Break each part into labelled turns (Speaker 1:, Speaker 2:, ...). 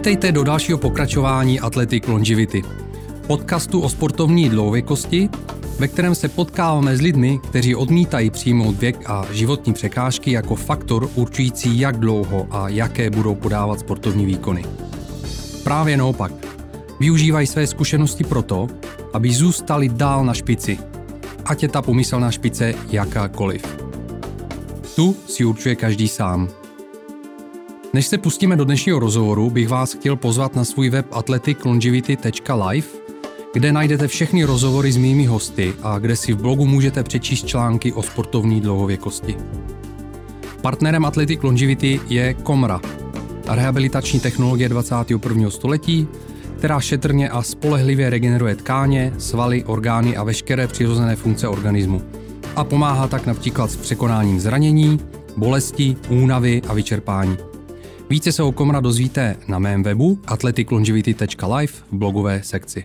Speaker 1: Vítejte do dalšího pokračování Athletic Longevity, podcastu o sportovní dlouhověkosti, ve kterém se potkáváme s lidmi, kteří odmítají přijmout věk a životní překážky jako faktor určující, jak dlouho a jaké budou podávat sportovní výkony. Právě naopak, využívají své zkušenosti proto, aby zůstali dál na špici, ať je ta pomyslná špice jakákoliv. Tu si určuje každý sám. Než se pustíme do dnešního rozhovoru, bych vás chtěl pozvat na svůj web athleticlongevity.live, kde najdete všechny rozhovory s mými hosty a kde si v blogu můžete přečíst články o sportovní dlouhověkosti. Partnerem Athletic Longevity je Komra, rehabilitační technologie 21. století, která šetrně a spolehlivě regeneruje tkáně, svaly, orgány a veškeré přirozené funkce organismu a pomáhá tak například s překonáním zranění, bolesti, únavy a vyčerpání. Více se o Komra dozvíte na mém webu athleticlongevity.live v blogové sekci.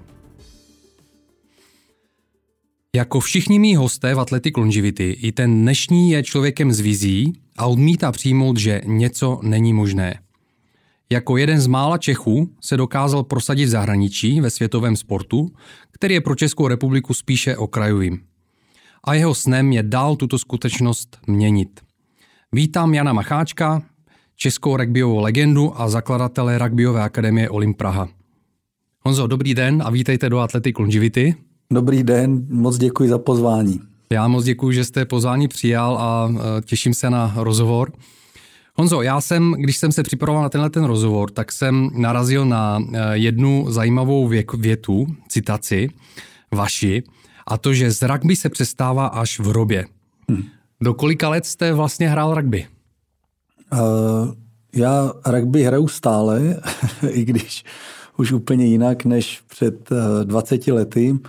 Speaker 1: Jako všichni mí hosté v Athletic Longevity, i ten dnešní je člověkem s vizí a odmítá přijmout, že něco není možné. Jako jeden z mála Čechů se dokázal prosadit v zahraničí ve světovém sportu, který je pro Českou republiku spíše okrajovým. A jeho snem je dál tuto skutečnost měnit. Vítám Jana Macháčka, českou rugbyovou legendu a zakladatele rugbyové akademie Olymp Praha. Honzo, dobrý den a vítejte do Athletic Longevity.
Speaker 2: Dobrý den, moc děkuji za pozvání.
Speaker 1: Já moc děkuji, že jste pozvání přijal a těším se na rozhovor. Honzo, když jsem se připravoval na tenhle rozhovor, tak jsem narazil na jednu zajímavou větu, citaci vaši, a to, že z rugby se přestává až v hrobě. Do kolika let jste vlastně hrál rugby?
Speaker 2: Já rugby hraju stále, i když už úplně jinak než před 20 lety.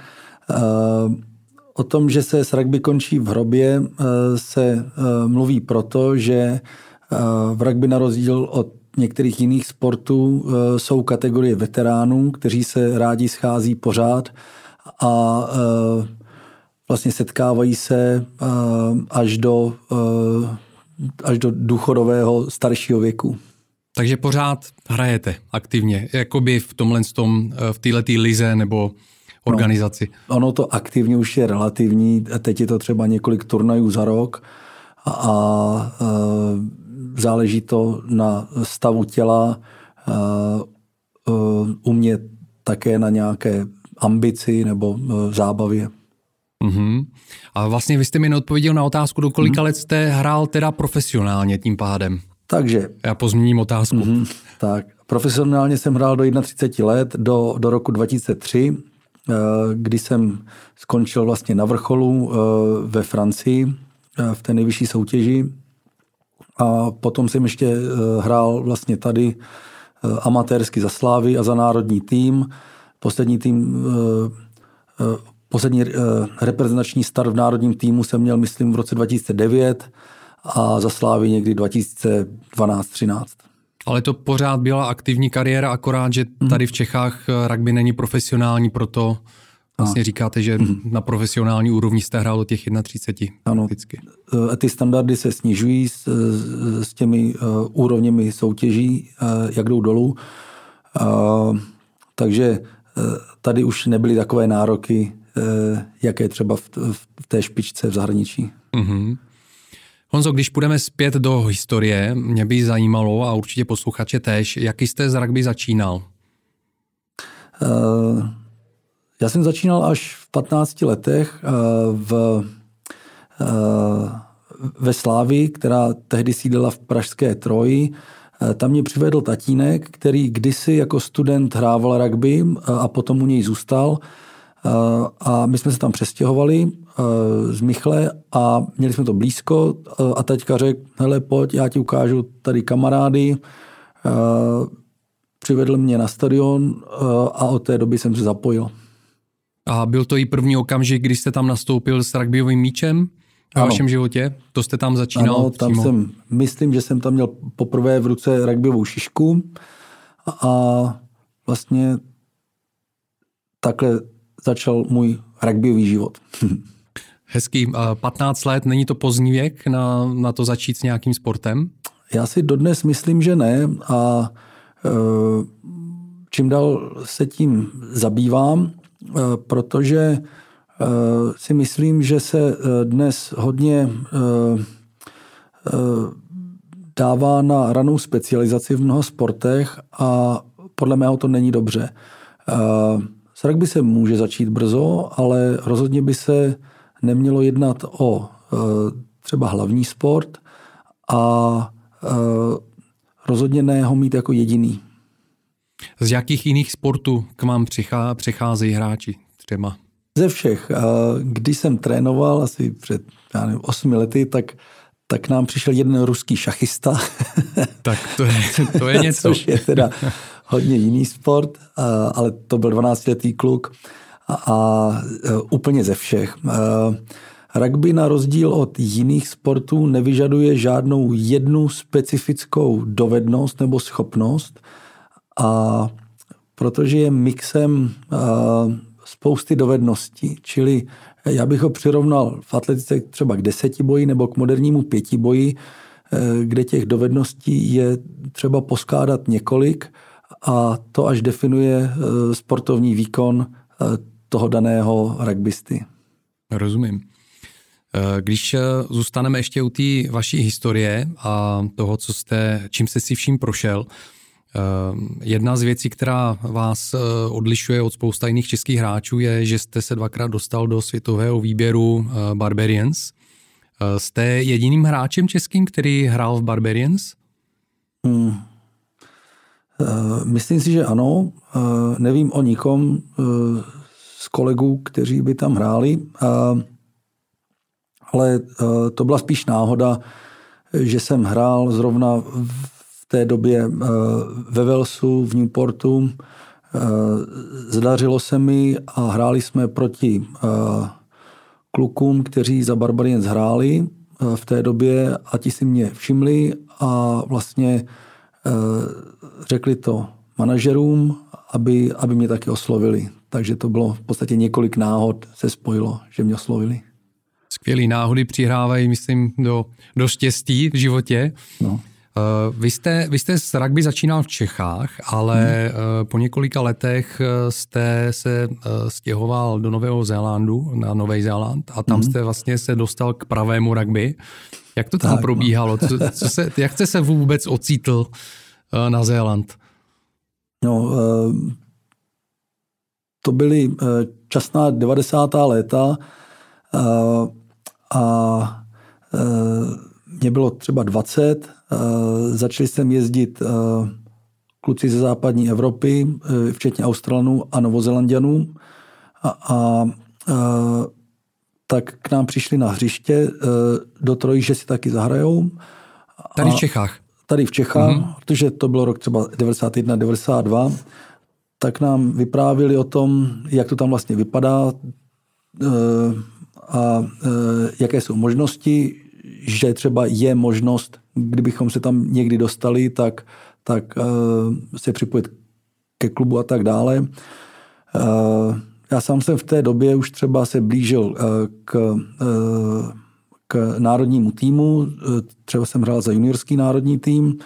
Speaker 2: O tom, že se s rugby končí v hrobě, se mluví proto, že v rugby na rozdíl od některých jiných sportů jsou kategorie veteránů, kteří se rádi schází pořád a vlastně setkávají se až do důchodového staršího věku.
Speaker 1: Takže pořád hrajete aktivně, jakoby v této lize nebo organizaci.
Speaker 2: No, ono to aktivně už je relativní, teď je to třeba několik turnajů za rok a záleží to na stavu těla, u mě také na nějaké ambici nebo zábavě.
Speaker 1: Uhum. A vlastně vy jste mi neodpověděl na otázku, do kolika let jste hrál teda profesionálně tím pádem.
Speaker 2: Takže.
Speaker 1: Já pozměním otázku.
Speaker 2: Tak, profesionálně jsem hrál do 31 let, do roku 2003, kdy jsem skončil vlastně na vrcholu ve Francii v té nejvyšší soutěži. A potom jsem ještě hrál vlastně tady amatérsky za Slávy a za národní tým. Poslední reprezentační start v národním týmu jsem měl, myslím, v roce 2009 a za Slávy někdy 2012-13.
Speaker 1: Ale to pořád byla aktivní kariéra, akorát, že tady v Čechách rugby není profesionální, proto vlastně říkáte, že na profesionální úrovni jste hrál do těch 31.
Speaker 2: Ano, ty standardy se snižují s těmi úrovněmi soutěží, jak jdou dolů. Takže tady už nebyly takové nároky, jaké třeba v té špičce v zahraničí.
Speaker 1: Honzo, když půjdeme zpět do historie, mě by zajímalo a určitě posluchače též, jaký jste z rugby začínal?
Speaker 2: Já jsem začínal až v 15 letech ve Slávii, která tehdy sídlila v pražské Troji. Tam mě přivedl tatínek, který kdysi jako student hrával rugby a potom u něj zůstal. A my jsme se tam přestěhovali z Michle a měli jsme to blízko a taťka řekl, hele, pojď, já ti ukážu tady kamarády. Přivedl mě na stadion a od té doby jsem se zapojil.
Speaker 1: A byl to i první okamžik, když jste tam nastoupil s rugbyovým míčem v vašem životě? To jste tam začínal?
Speaker 2: Ano, tam myslím, že jsem tam měl poprvé v ruce rugbyovou šišku a vlastně takhle začal můj rugbyový život.
Speaker 1: Hezký. 15 let, není to pozdní věk na to začít s nějakým sportem?
Speaker 2: Já si dodnes myslím, že ne a čím dál se tím zabývám, protože si myslím, že se dnes hodně dává na ranou specializaci v mnoha sportech a podle mého to není dobře. S rugby se může začít brzo, ale rozhodně by se nemělo jednat o třeba hlavní sport a rozhodně ne ho mít jako jediný.
Speaker 1: Z jakých jiných sportů k vám přicházejí hráči třeba?
Speaker 2: Ze všech. Když jsem trénoval asi před 8 lety, tak nám přišel jeden ruský šachista.
Speaker 1: Tak to je něco.
Speaker 2: Což je teda hodně jiný sport, ale to byl 12letý kluk a úplně ze všech. Rugby na rozdíl od jiných sportů nevyžaduje žádnou jednu specifickou dovednost nebo schopnost, a protože je mixem spousty dovedností, čili já bych ho přirovnal v atletice třeba k 10 boji nebo k modernímu 5 boji, kde těch dovedností je třeba poskládat několik a to až definuje sportovní výkon toho daného rugbysty.
Speaker 1: Rozumím. Když zůstaneme ještě u té vaší historie a toho, čím jste si vším prošel, jedna z věcí, která vás odlišuje od spousta jiných českých hráčů, je, že jste se 2krát dostal do světového výběru Barbarians. Jste jediným hráčem českým, který hrál v Barbarians?
Speaker 2: Myslím si, že ano. Nevím o nikom z kolegů, kteří by tam hráli, ale to byla spíš náhoda, že jsem hrál zrovna v té době ve Walesu, v Newportu. Zdařilo se mi a hráli jsme proti klukům, kteří za Barbarians hráli v té době a ti si mě všimli a vlastně řekli to manažerům, aby mě taky oslovili. Takže to bylo v podstatě několik náhod se spojilo, že mě oslovili.
Speaker 1: Skvělý, náhody přihrávají, myslím, do štěstí v životě.
Speaker 2: No.
Speaker 1: Vy jste s rugby začínal v Čechách, ale po několika letech jste se stěhoval do Nového Zélandu, na Nový Zéland, a tam jste vlastně se dostal k pravému rugby. Jak to tam probíhalo? Jak jste se vůbec ocítl na Zéland?
Speaker 2: No, to byly časná 90. léta a mě bylo třeba 20. Začali jsem jezdit kluci ze západní Evropy, včetně Australanů a Novozélanďanů. Tak k nám přišli na hřiště do Trojí, že si taky zahrajou.
Speaker 1: Tady v Čechách?
Speaker 2: Tady v Čechách, protože to bylo rok třeba 91, 92. Tak nám vyprávěli o tom, jak to tam vlastně vypadá a jaké jsou možnosti, že třeba je možnost, kdybychom se tam někdy dostali, tak se připojit ke klubu a tak dále. Já sám jsem v té době už třeba se blížil k národnímu týmu, třeba jsem hrál za juniorský národní tým,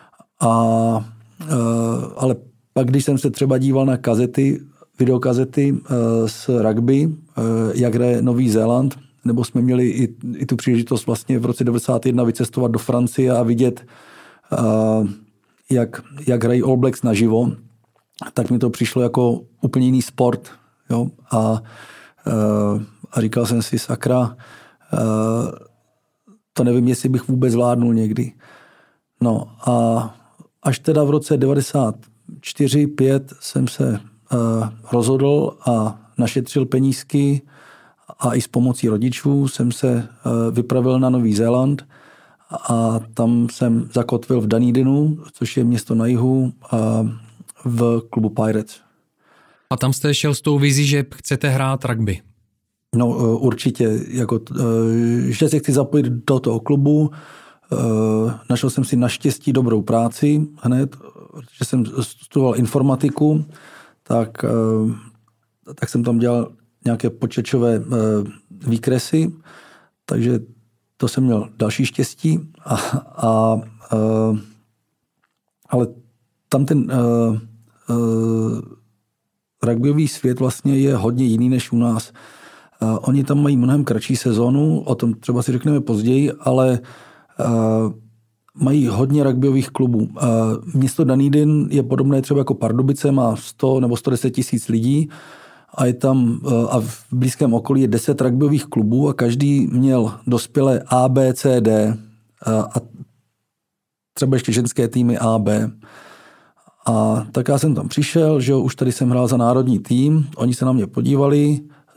Speaker 2: ale pak, když jsem se třeba díval na videokazety z rugby, jak hraje Nový Zéland, nebo jsme měli i tu příležitost vlastně v roce 1991 vycestovat do Francie a vidět, jak hrají All Blacks naživo, tak mi to přišlo jako úplně jiný sport. Jo? A říkal jsem si, sakra, to nevím, jestli bych vůbec zvládnul někdy. No a až teda v roce 94-5 jsem se rozhodl a našetřil penízky a i s pomocí rodičů jsem se vypravil na Nový Zéland a tam jsem zakotvil v Dunedinu, což je město na jihu, v klubu Pirates.
Speaker 1: A tam jste šel s tou vizí, že chcete hrát rugby?
Speaker 2: No určitě, že se chci zapojit do toho klubu. Našel jsem si naštěstí dobrou práci hned, protože jsem studoval informatiku, tak jsem tam dělal nějaké počítačové výkresy, takže to jsem měl další štěstí. Ale tam ten rugbyový svět vlastně je hodně jiný než u nás. Oni tam mají mnohem kratší sezónu, o tom třeba si řekneme později, ale mají hodně rugbyových klubů. Město Dunedin je podobné třeba jako Pardubice, má 100 nebo 110 tisíc lidí a je tam a v blízkém okolí je 10 rugbyových klubů a každý měl dospělé A, B, C, D a třeba ještě ženské týmy A, B. A tak já jsem tam přišel, že už tady jsem hrál za národní tým, oni se na mě podívali,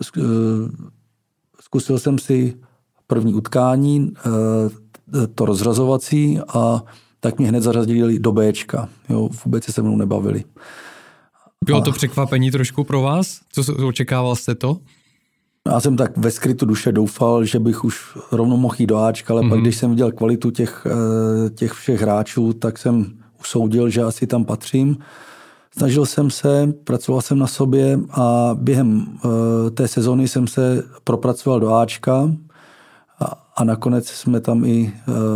Speaker 2: zkusil jsem si první utkání, to rozřazovací a tak mě hned zařadili do Bčka. Jo, vůbec se mnou nebavili.
Speaker 1: Bylo to překvapení trošku pro vás? Očekával jste to?
Speaker 2: Já jsem tak ve skrytu duše doufal, že bych už rovnou mohl jít do Ačka, ale pak když jsem viděl kvalitu těch všech hráčů, tak jsem usoudil, že asi tam patřím. Snažil jsem se, pracoval jsem na sobě a během té sezóny jsem se propracoval do Ačka a nakonec jsme tam i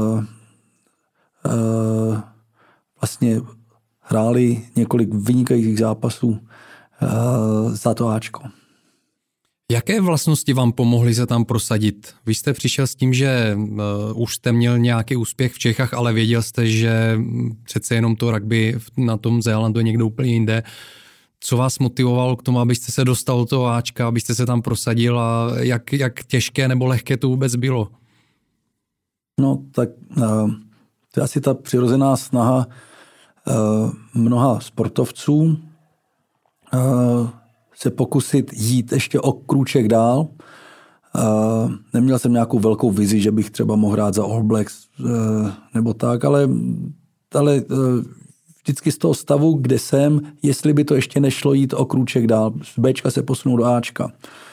Speaker 2: vlastně hráli několik vynikajících zápasů za to Ačko.
Speaker 1: Jaké vlastnosti vám pomohly se tam prosadit? Vy jste přišel s tím, že už jste měl nějaký úspěch v Čechách, ale věděl jste, že přece jenom to rugby na tom Zélandu je někde úplně jinde. Co vás motivovalo k tomu, abyste se dostal do toho Ačka, abyste se tam prosadil a jak těžké nebo lehké to vůbec bylo?
Speaker 2: No tak to je asi ta přirozená snaha mnoha sportovců se pokusit jít ještě o krůček dál. Neměl jsem nějakou velkou vizi, že bych třeba mohl hrát za All Blacks nebo tak, ale vždycky z toho stavu, kde jsem, jestli by to ještě nešlo jít o krůček dál. Z Bčka se posunout do Ačka.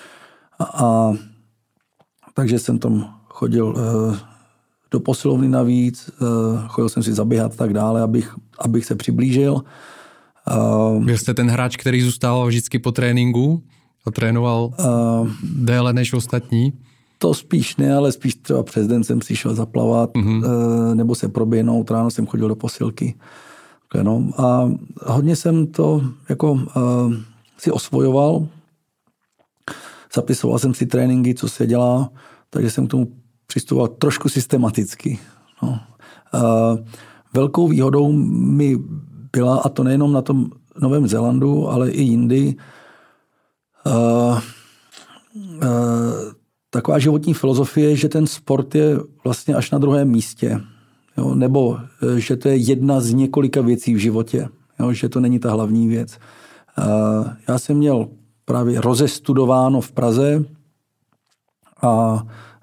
Speaker 2: Takže jsem tam chodil do posilovny navíc, chodil jsem si zaběhat a tak dále, abych se přiblížil.
Speaker 1: Byl jste ten hráč, který zůstával vždycky po tréninku a trénoval déle než ostatní?
Speaker 2: To spíš ne, ale spíš třeba přes den jsem přišel zaplavat nebo se proběhnout, ráno jsem chodil do posilky. No, a hodně jsem to jako si osvojoval. Zapisoval jsem si tréninky, co se dělá, takže jsem k tomu přistupoval trošku systematicky. No. Velkou výhodou mi byla, a to nejenom na tom Novém Zélandu, ale i jindy, taková životní filozofie, že ten sport je vlastně až na druhém místě. Jo? Nebo že to je jedna z několika věcí v životě. Jo? Že to není ta hlavní věc. Já jsem měl právě rozestudováno v Praze a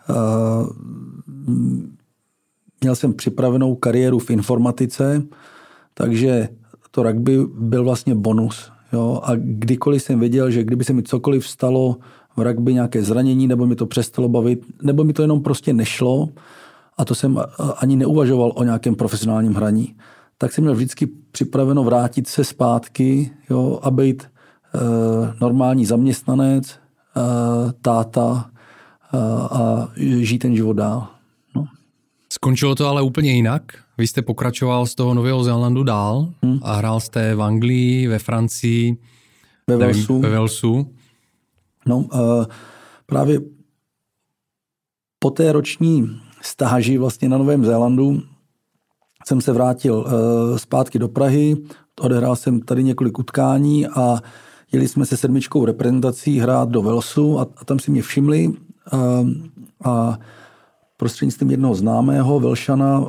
Speaker 2: měl jsem připravenou kariéru v informatice, takže to rugby byl vlastně bonus. Jo? A kdykoliv jsem věděl, že kdyby se mi cokoliv stalo v rugby, nějaké zranění, nebo mi to přestalo bavit, nebo mi to jenom prostě nešlo, a to jsem ani neuvažoval o nějakém profesionálním hraní, tak jsem měl vždycky připraveno vrátit se zpátky, jo, a být normální zaměstnanec, táta a žít ten život dál. No.
Speaker 1: Skončilo to ale úplně jinak. Vy jste pokračoval z toho Nového Zélandu dál a hrál jste v Anglii, ve Francii,
Speaker 2: ve
Speaker 1: Walesu.
Speaker 2: No, právě po té roční stáži vlastně na Novém Zélandu jsem se vrátil zpátky do Prahy, odehrál jsem tady několik utkání a jeli jsme se 7. reprezentací hrát do Walesu a tam si mě všimli a prostřednictvím jednoho známého Velšana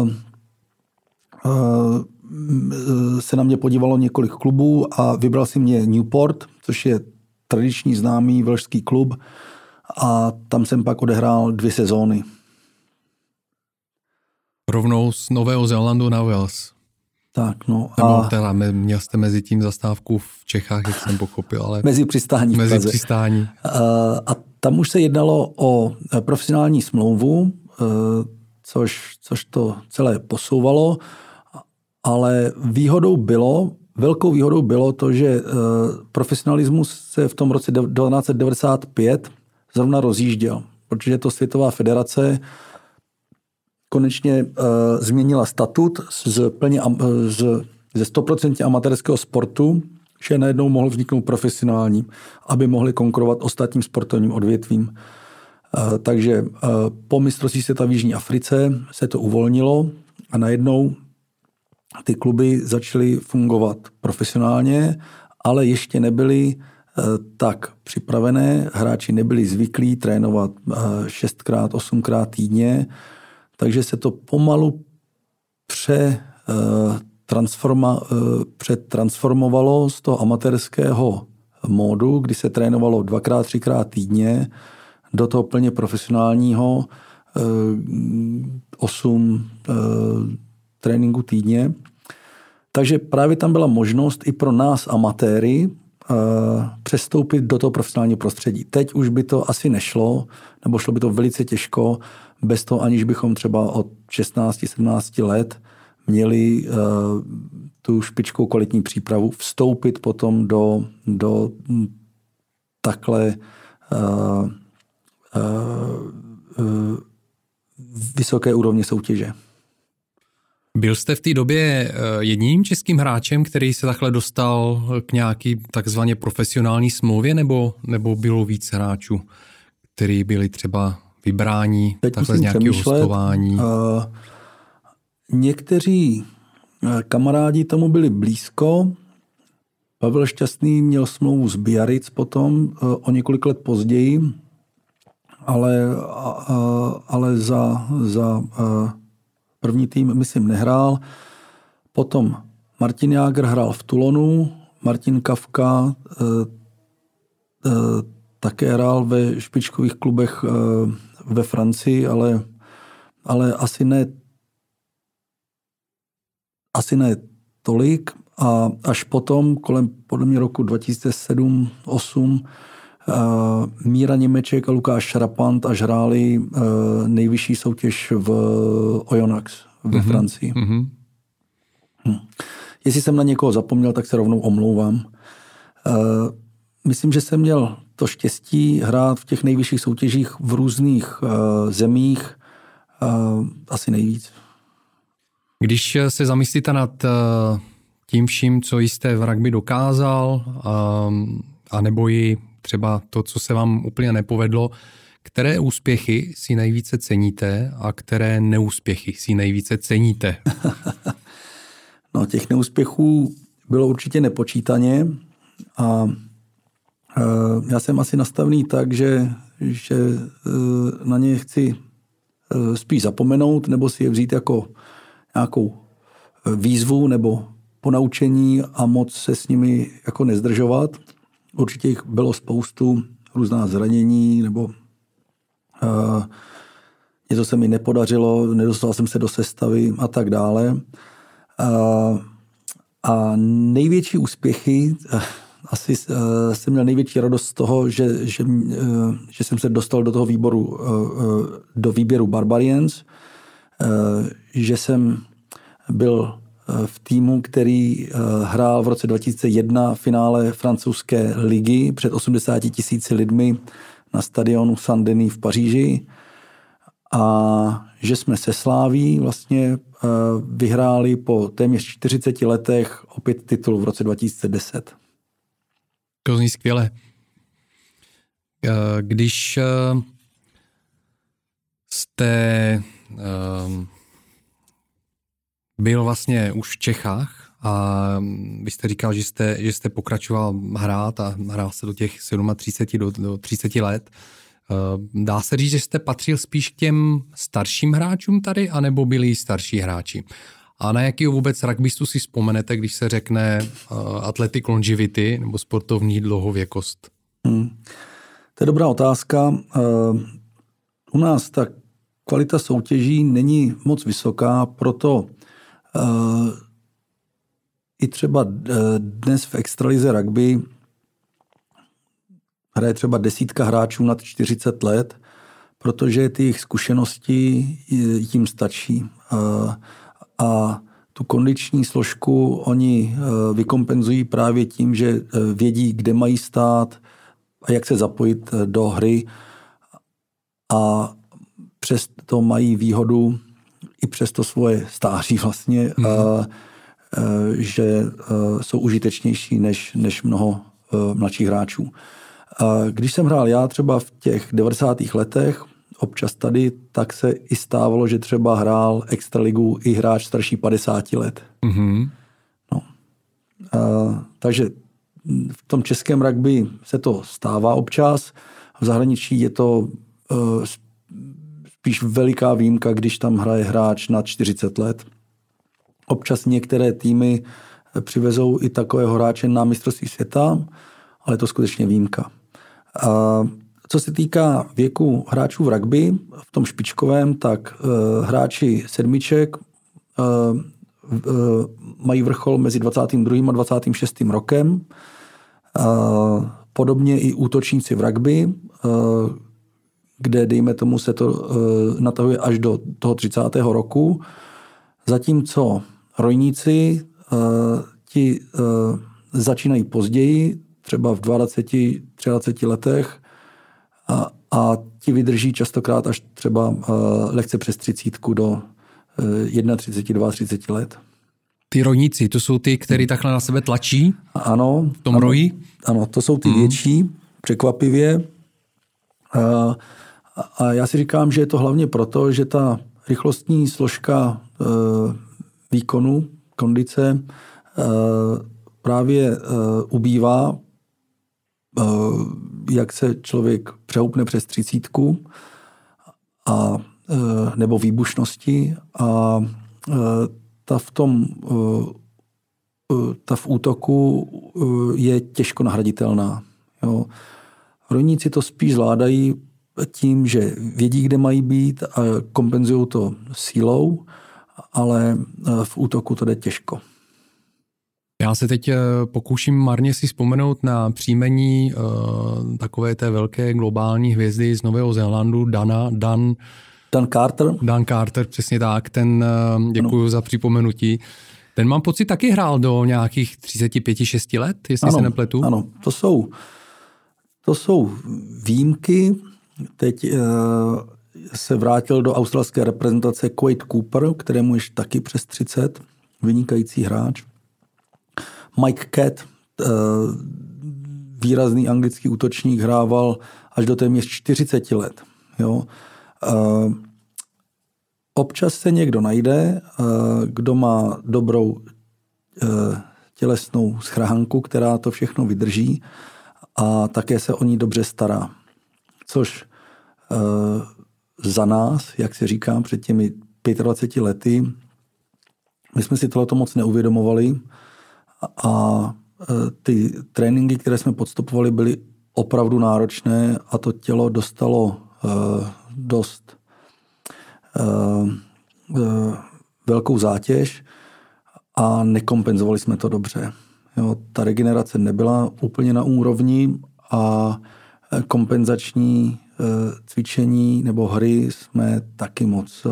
Speaker 2: se na mě podívalo několik klubů a vybral si mě Newport, což je tradiční známý velšský klub, a tam jsem pak odehrál 2 sezóny.
Speaker 1: Rovnou z Nového Zélandu na Wales.
Speaker 2: Tak, no.
Speaker 1: Nebo teda měl jste mezi tím zastávku v Čechách, jak jsem pochopil, ale...
Speaker 2: Mezi přistání. A tam už se jednalo o profesionální smlouvu, což to celé posouvalo, ale velkou výhodou bylo to, že profesionalismus se v tom roce 1995 zrovna rozjížděl, protože to Světová federace konečně změnila statut z ze 100% amatérského sportu, že najednou mohl vzniknout profesionální, aby mohli konkurovat ostatním sportovním odvětvím. Takže po mistrovství světa v Jižní Africe se to uvolnilo a najednou ty kluby začaly fungovat profesionálně, ale ještě nebyly tak připravené. Hráči nebyli zvyklí trénovat 6x, 8x týdně, takže se to pomalu přetransformovalo z toho amatérského módu, kdy se trénovalo 2x, 3x týdně, do toho plně profesionálního 8 tréninku týdně. Takže právě tam byla možnost i pro nás amatéry přestoupit do toho profesionálního prostředí. Teď už by to asi nešlo, nebo šlo by to velice těžko, bez toho, aniž bychom třeba od 16-17 let měli tu špičkou kvalitní přípravu, vstoupit potom do takhle vysoké úrovně soutěže.
Speaker 1: Byl jste v té době jediným českým hráčem, který se takhle dostal k nějaký takzvaně profesionální smlouvě, nebo bylo víc hráčů, kteří byli třeba vybráni takhle z nějakého hostování?
Speaker 2: Někteří kamarádi tomu byli blízko. Pavel Šťastný měl smlouvu z Biarritz potom o několik let později, ale za první tým, myslím, nehrál. Potom Martin Jágr hrál v Toulonu, Martin Kafka také hrál ve špičkových klubech ve Francii, ale asi ne tolik. A až potom, kolem podle mě roku 2007-2008, Míra Němeček a Lukáš Šarapant až hráli nejvyšší soutěž v Oyonnax ve Francii. Jestli jsem na někoho zapomněl, tak se rovnou omlouvám. Myslím, že jsem měl to štěstí hrát v těch nejvyšších soutěžích v různých zemích asi nejvíc.
Speaker 1: Když se zamyslíte nad tím vším, co jste v rugby dokázal, anebo i třeba to, co se vám úplně nepovedlo, které úspěchy si nejvíce ceníte a které neúspěchy si nejvíce ceníte?
Speaker 2: No, těch neúspěchů bylo určitě nepočítaně a já jsem asi nastavený tak, že na ně chci spíš zapomenout nebo si je vzít jako nějakou výzvu nebo ponaučení a moc se s nimi jako nezdržovat. Určitě jich bylo spoustu, různá zranění nebo něco se mi nepodařilo, nedostal jsem se do sestavy a tak dále. A největší úspěchy, asi jsem měl největší radost z toho, že jsem se dostal do toho výboru, do výběru Barbarians, že jsem byl v týmu, který hrál v roce 2001 finále francouzské ligy před 80 000 lidmi na stadionu Saint-Denis v Paříži a že jsme se Slaví vlastně vyhráli po téměř 40 letech opět titul v roce 2010.
Speaker 1: To zní skvěle. Když jste byl vlastně už v Čechách a vy jste říkal, že jste pokračoval hrát a hrál se do těch 37 do 30 let. Dá se říct, že jste patřil spíš k těm starším hráčům tady, anebo byli starší hráči? A na jakýho vůbec rugbystu si vzpomenete, když se řekne athletic longevity nebo sportovní dlouhověkost?
Speaker 2: To je dobrá otázka. U nás ta kvalita soutěží není moc vysoká, proto i třeba dnes v extralize rugby hraje třeba 10 hráčů nad 40 let, protože ty jejich zkušenosti jim stačí. A tu kondiční složku oni vykompenzují právě tím, že vědí, kde mají stát a jak se zapojit do hry. A přesto mají výhodu i přes to svoje stáří vlastně, že jsou užitečnější než mnoho mladších hráčů. Když jsem hrál já třeba v těch 90. letech, občas tady, tak se i stávalo, že třeba hrál extraligu i hráč starší 50 let. Mm-hmm. No. Takže v tom českém rugby se to stává občas. V zahraničí je to spíš veliká výjimka, když tam hraje hráč nad 40 let. Občas některé týmy přivezou i takového hráče na mistrovství světa, ale je to skutečně výjimka. Co se týká věku hráčů v rugby, v tom špičkovém, tak hráči sedmiček mají vrchol mezi 22. a 26. rokem. Podobně i útočníci v rugby, kde, dejme tomu, se to natahuje až do toho 30. roku. Zatímco rojníci ti začínají později, třeba v 20-23 letech a ti vydrží častokrát až třeba lehce přes 30 do 31-32 let.
Speaker 1: Ty rojníci, to jsou ty, kteří takhle na sebe tlačí?
Speaker 2: Ano.
Speaker 1: V tom rojí?
Speaker 2: Ano, to jsou ty větší, překvapivě. A já si říkám, že je to hlavně proto, že ta rychlostní složka výkonu, kondice právě ubývá, jak se člověk přehoupne přes 30 nebo výbušnosti a ta v útoku je těžko nahraditelná. Jo. Rojníci to spíš zvládají tím, že vědí, kde mají být a kompenzují to sílou, ale v útoku to jde těžko.
Speaker 1: Já se teď pokouším marně si vzpomenout na příjmení takové té velké globální hvězdy z Nového Zélandu, Dan
Speaker 2: Carter.
Speaker 1: Dan Carter, přesně tak, ten děkuju za připomenutí. Ten mám pocit taky hrál do nějakých 35-6 let, jestli se nepletu.
Speaker 2: Ano, to jsou výjimky. Teď se vrátil do australské reprezentace Quade Cooper, kterému je taky přes 30, vynikající hráč. Mike Catt, výrazný anglický útočník, hrával až do téměř 40 let. Jo. Občas se někdo najde, kdo má dobrou tělesnou schránku, která to všechno vydrží a také se o ní dobře stará. Což za nás, jak se říkám, před těmi 25 lety, my jsme si tohleto moc neuvědomovali a ty tréninky, které jsme podstupovali, byly opravdu náročné a to tělo dostalo dost velkou zátěž a nekompenzovali jsme to dobře. Jo, ta regenerace nebyla úplně na úrovni a kompenzační cvičení nebo hry jsme taky moc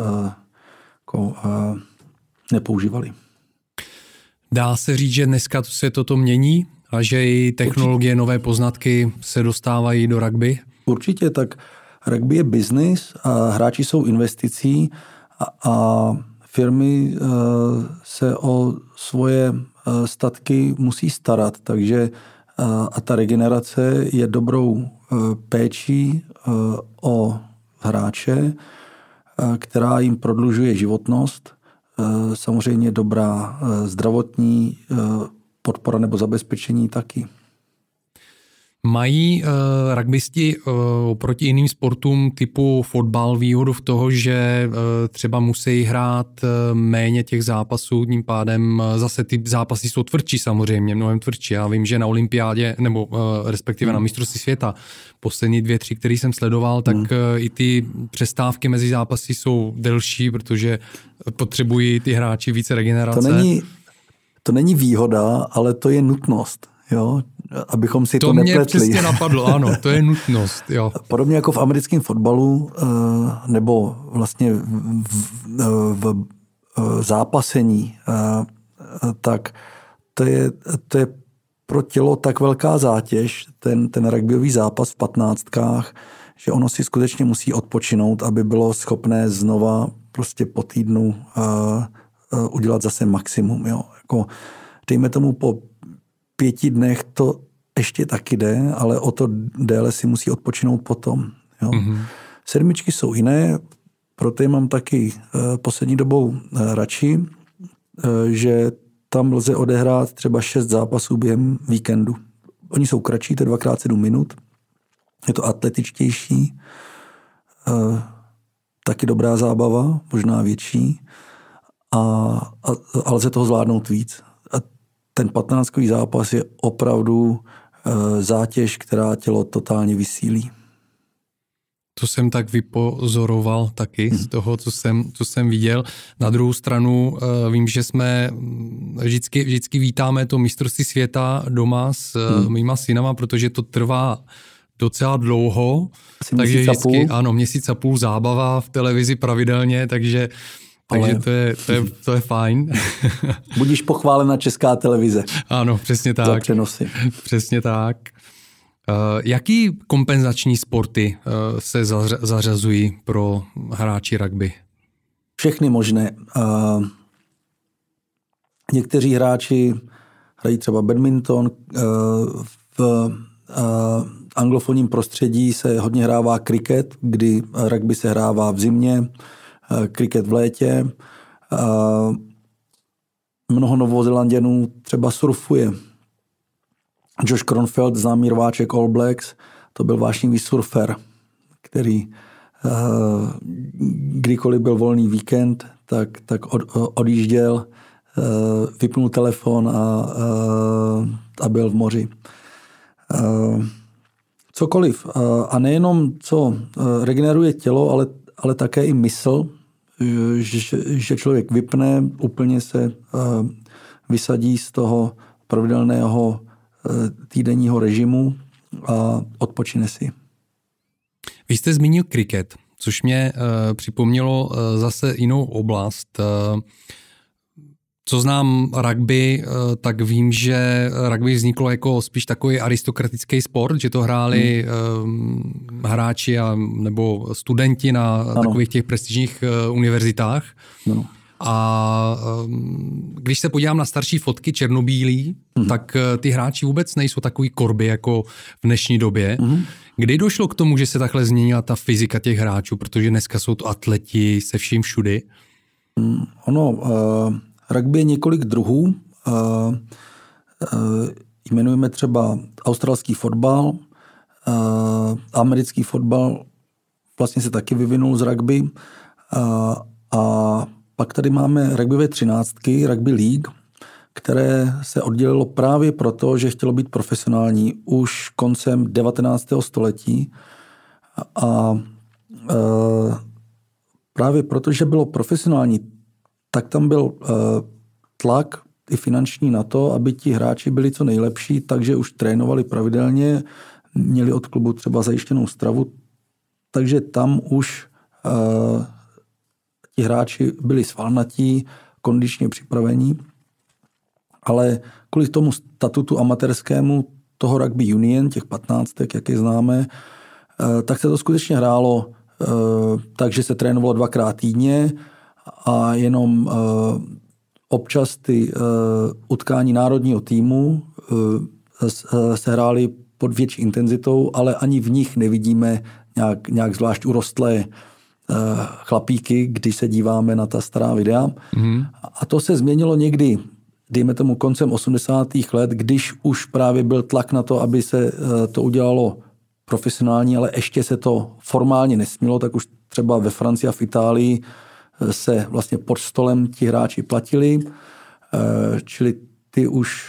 Speaker 2: nepoužívali.
Speaker 1: Dá se říct, že dneska se toto mění a že i technologie, nové poznatky se dostávají do rugby?
Speaker 2: Určitě, tak rugby je biznis a hráči jsou investicí a firmy se o svoje statky musí starat, takže a ta regenerace je dobrou péčí o hráče, která jim prodlužuje životnost. Samozřejmě dobrá zdravotní podpora nebo zabezpečení taky.
Speaker 1: Mají rugbysti oproti jiným sportům typu fotbal výhodu v toho, že třeba musí hrát méně těch zápasů, tím pádem zase ty zápasy jsou tvrdší samozřejmě, mnohem tvrdší. Já vím, že na olympiádě, nebo respektive na mistrovství světa, poslední 2-3, který jsem sledoval, tak i ty přestávky mezi zápasy jsou delší, protože potřebují ty hráči více regenerace.
Speaker 2: To není výhoda, ale to je nutnost, jo? Abychom si to nepletli.
Speaker 1: To mě přesně napadlo, ano, to je nutnost. Jo.
Speaker 2: Podobně jako v americkém fotbalu nebo vlastně v zápasení, tak to je pro tělo tak velká zátěž, ten rugbyový zápas v 15kách, že ono si skutečně musí odpočinout, aby bylo schopné znova prostě po týdnu udělat zase maximum. Jo. Jako, dejme tomu po 5 dnech to ještě taky jde, ale o to déle si musí odpočinout potom. Jo. Sedmičky jsou jiné, proto je mám taky poslední dobou radši, že tam lze odehrát třeba 6 zápasů během víkendu. Oni jsou kratší, to je 2x7 minut. Je to atletičtější, taky dobrá zábava, možná větší, a lze toho zvládnout víc. A ten 15kový zápas je opravdu zátěž, která tělo totálně vysílí.
Speaker 1: To jsem tak vypozoroval taky z toho, co jsem viděl. Na druhou stranu vím, že jsme vždycky vítáme to mistrovství světa doma s mýma synama, protože to trvá docela dlouho. Takže vždycky, ano, měsíc a půl zábava v televizi pravidelně, takže to je fajn.
Speaker 2: Budíš pochválena Česká televize.
Speaker 1: Ano, přesně tak.
Speaker 2: Za přenosy.
Speaker 1: Přesně tak. Jaký kompenzační sporty se zařazují pro hráči rugby?
Speaker 2: Všechny možné. Někteří hráči hrají třeba badminton. V anglofonním prostředí se hodně hrává kriket, kdy rugby se hrává v zimě, kriket v létě. Mnoho Novozélanďanů třeba surfuje. Josh Kronfeld, známý rváček All Blacks, to byl vášnivý surfer, který kdykoliv byl volný víkend, tak odjížděl, vypnul telefon a byl v moři. Cokoliv. A nejenom, co regeneruje tělo, ale také i mysl, že člověk vypne, úplně se vysadí z toho pravidelného týdenního režimu a odpočine si.
Speaker 1: Vy jste zmínil kriket, což mě připomnělo zase jinou oblast. Co znám rugby, tak vím, že rugby vzniklo jako spíš takový aristokratický sport, že to hráli hráči nebo studenti na takových těch prestižních univerzitách.
Speaker 2: No.
Speaker 1: A když se podívám na starší fotky černobílý, tak ty hráči vůbec nejsou takový korby jako v dnešní době. Kdy došlo k tomu, že se takhle změnila ta fyzika těch hráčů, protože dneska jsou to atleti se vším všudy?
Speaker 2: Rugby je několik druhů. Jmenujeme třeba australský fotbal, americký fotbal vlastně se taky vyvinul z rugby a pak tady máme rugbyové 13, rugby league, které se oddělilo právě proto, že chtělo být profesionální už koncem 19. století a právě proto, že bylo profesionální, tak tam byl tlak i finanční na to, aby ti hráči byli co nejlepší, takže už trénovali pravidelně, měli od klubu třeba zajištěnou stravu, takže tam už ti hráči byli svalnatí, kondičně připravení, ale kvůli tomu statutu amatérskému toho rugby union, těch 15, jak je známe, tak se to skutečně hrálo takže se trénovalo 2x týdně a jenom občas ty utkání národního týmu se hrály pod větší intenzitou, ale ani v nich nevidíme nějak zvlášť urostlé chlapíky, když se díváme na ta stará videa. Mm. A to se změnilo někdy, dejme tomu koncem 80. let, když už právě byl tlak na to, aby se to udělalo profesionální, ale ještě se to formálně nesmělo, tak už třeba ve Francii a v Itálii se vlastně pod stolem ti hráči platili, čili ty už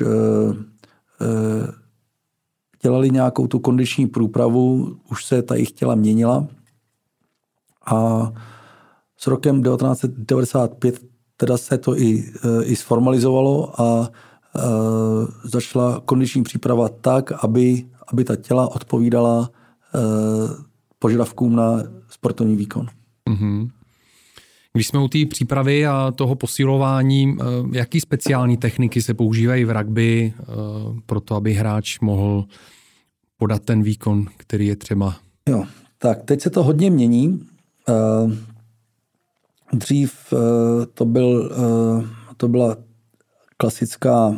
Speaker 2: dělali nějakou tu kondiční průpravu, už se ta jejich těla měnila a s rokem 1995 teda se to i sformalizovalo a začala kondiční příprava tak, aby ta těla odpovídala požadavkům na sportovní výkon. Mm-hmm.
Speaker 1: Když jsme u té přípravy a toho posilování, jaký speciální techniky se používají v rugby pro to, aby hráč mohl podat ten výkon, který je třeba?
Speaker 2: Jo, tak teď se to hodně mění. Dřív to byla klasická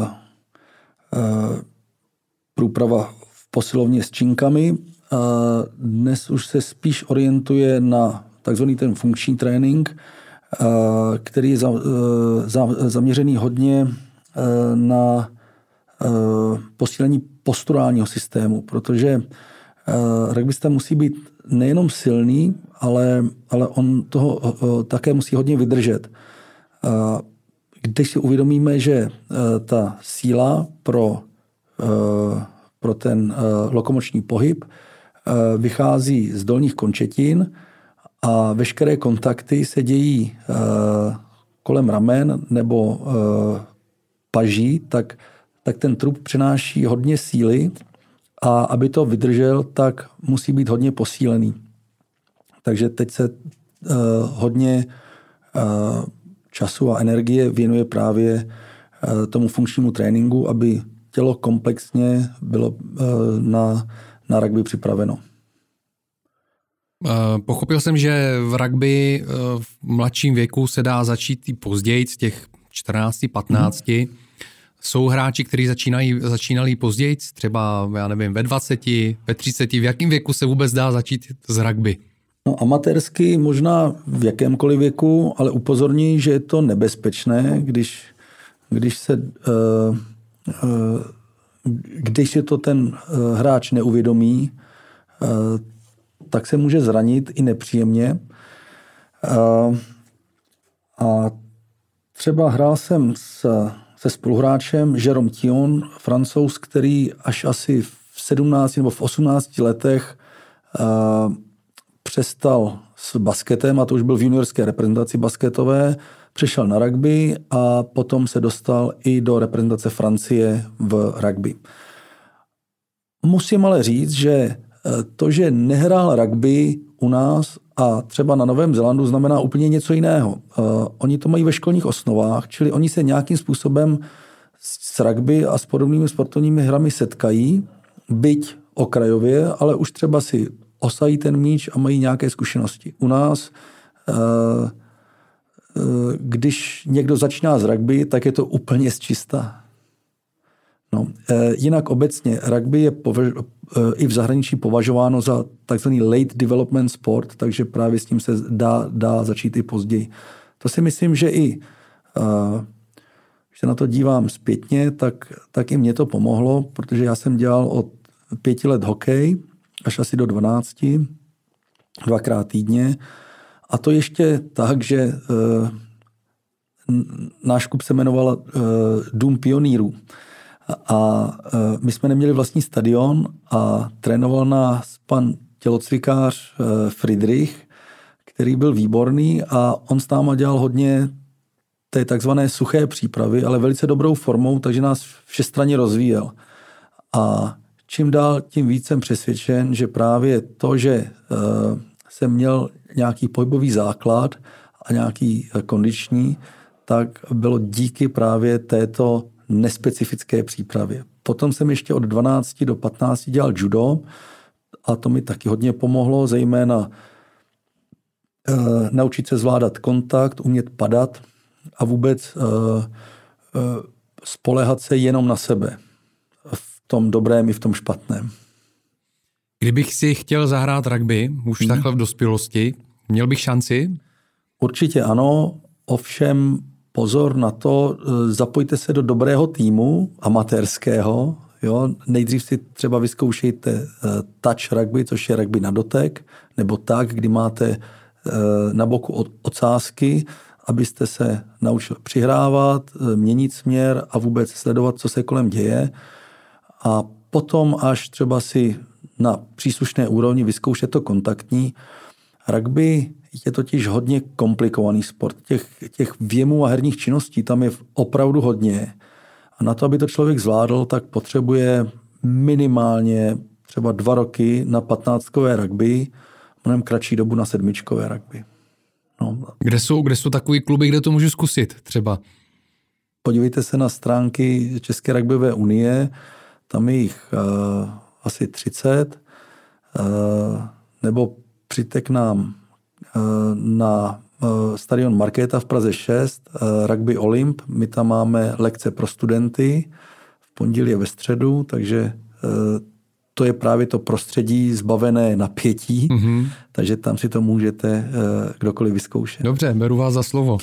Speaker 2: průprava v posilovně s činkami. Dnes už se spíš orientuje na takzvaný ten funkční trénink, který je zaměřený hodně na posílení posturálního systému, protože rugbysta musí být nejenom silný, ale on toho také musí hodně vydržet. Když si uvědomíme, že ta síla pro ten lokomoční pohyb vychází z dolních končetin a veškeré kontakty se dějí kolem ramen nebo paží, tak ten trup přenáší hodně síly a aby to vydržel, tak musí být hodně posílený. Takže teď se hodně času a energie věnuje právě tomu funkčnímu tréninku, aby tělo komplexně bylo na rugby připraveno.
Speaker 1: Pochopil jsem, že v rugby v mladším věku se dá začít i později, z těch 14, 15. Jsou hráči, kteří začínali později, třeba, já nevím, ve 20, ve 30. V jakém věku se vůbec dá začít z rugby?
Speaker 2: No, amatérsky možná v jakémkoliv věku, ale upozorní, že je to nebezpečné, když si to ten hráč neuvědomí, tak se může zranit i nepříjemně. A třeba hrál jsem se spoluhráčem Jérôme Thion, Francouz, který až asi v 17 nebo v 18 letech přestal s basketem, a to už byl v juniorské reprezentaci basketové, přešel na rugby a potom se dostal i do reprezentace Francie v rugby. Musím ale říct, že to, že nehrál rugby u nás a třeba na Novém Zélandu, znamená úplně něco jiného. Oni to mají ve školních osnovách, čili oni se nějakým způsobem s rugby a s podobnými sportovními hrami setkají, byť okrajově, ale už třeba si osají ten míč a mají nějaké zkušenosti. U nás, když někdo začíná z rugby, tak je to úplně zčista. No, jinak obecně rugby je i v zahraničí považováno za takzvaný late development sport, takže právě s tím se dá začít i později. To si myslím, že i když se na to dívám zpětně, tak i mě to pomohlo, protože já jsem dělal od 5 let hokej až asi do 12, 2krát týdně. A to ještě tak, že náš klub se jmenoval Dům pionýrů. A my jsme neměli vlastní stadion a trénoval nás pan tělocvikář Friedrich, který byl výborný a on s náma dělal hodně té takzvané suché přípravy, ale velice dobrou formou, takže nás všestranně rozvíjel. A čím dál, tím víc jsem přesvědčen, že právě to, že jsem měl nějaký pohybový základ a nějaký kondiční, tak bylo díky právě této nespecifické přípravě. Potom jsem ještě od 12 do 15 dělal judo a to mi taky hodně pomohlo, zejména naučit se zvládat kontakt, umět padat a vůbec spoléhat se jenom na sebe. V tom dobrém i v tom špatném.
Speaker 1: Kdybych si chtěl zahrát rugby, už takhle v dospělosti, měl bych šanci?
Speaker 2: Určitě ano, ovšem pozor na to, zapojte se do dobrého týmu, amatérského. Jo? Nejdřív si třeba vyzkoušejte touch rugby, což je rugby na dotek, nebo tak, kdy máte na boku ocásky, abyste se naučil přihrávat, měnit směr a vůbec sledovat, co se kolem děje. A potom až třeba si na příslušné úrovni vyzkoušet to kontaktní. Rugby je totiž hodně komplikovaný sport. Těch věmů a herních činností tam je opravdu hodně. A na to, aby to člověk zvládl, tak potřebuje minimálně třeba 2 roky na 15kové rugby, mnohem kratší dobu na 7kové rugby. No.
Speaker 1: Kde jsou takový kluby, kde to můžu zkusit třeba?
Speaker 2: Podívejte se na stránky České rugbyové unie, tam je jich asi 30, nebo přijďte k nám na stadion Markéta v Praze 6, Rugby Olymp. My tam máme lekce pro studenty v pondělí a ve středu, takže to je právě to prostředí zbavené napětí, takže tam si to můžete kdokoliv vyzkoušet.
Speaker 1: Dobře, beru vás za slovo.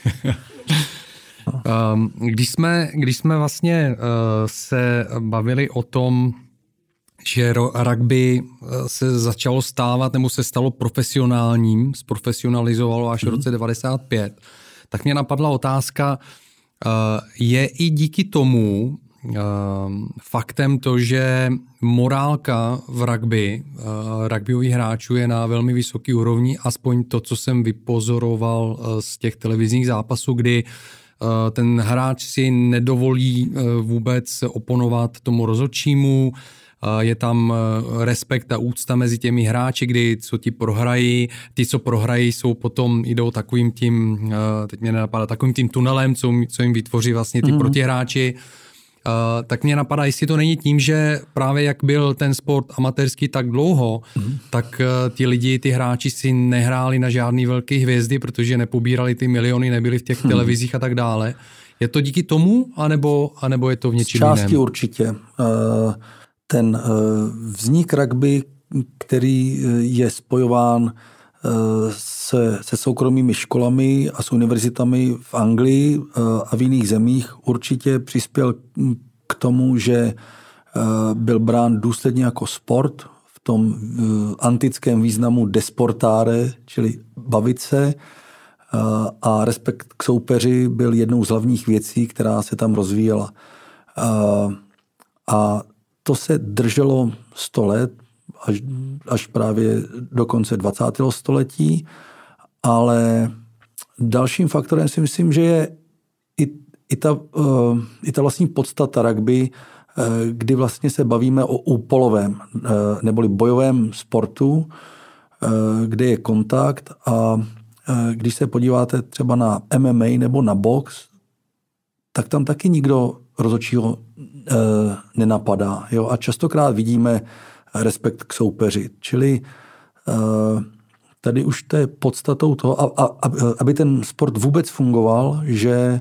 Speaker 1: Když jsme vlastně se bavili o tom, že rugby se začalo stávat nebo se stalo profesionálním, zprofesionalizovalo až v roce 95, tak mě napadla otázka, je i díky tomu faktem to, že morálka v rugbyových hráčů je na velmi vysoký úrovni, aspoň to, co jsem vypozoroval z těch televizních zápasů, kdy ten hráč si nedovolí vůbec oponovat tomu rozhodčímu, je tam respekt a úcta mezi těmi hráči, kdy co ti prohrají, ty, co prohrají, jsou potom jdou takovým tím, teď mě nenapadá, takovým tím tunelem, co jim vytvoří vlastně ty protihráči. Tak mě napadá, jestli to není tím, že právě jak byl ten sport amatérský tak dlouho, tak ti lidi, ty hráči si nehráli na žádný velký hvězdy, protože nepobírali ty miliony, nebyli v těch televizích a tak dále. Je to díky tomu, anebo je to v něčím jiném?
Speaker 2: Z části určitě. Ten vznik rugby, který je spojován se soukromými školami a s univerzitami v Anglii a v jiných zemích, určitě přispěl k tomu, že byl brán důsledně jako sport v tom antickém významu desportare, čili bavit se, a respekt k soupeři byl jednou z hlavních věcí, která se tam rozvíjela. A to se drželo 100 let, až právě do konce 20. století, ale dalším faktorem si myslím, že je i ta vlastní podstata rugby, kdy vlastně se bavíme o úpolovém neboli bojovém sportu, kde je kontakt, a když se podíváte třeba na MMA nebo na box, tak tam taky nikdo rozhodčího nenapadá. Jo? A častokrát vidíme respekt k soupeři. Čili tady už to je podstatou toho, aby ten sport vůbec fungoval, že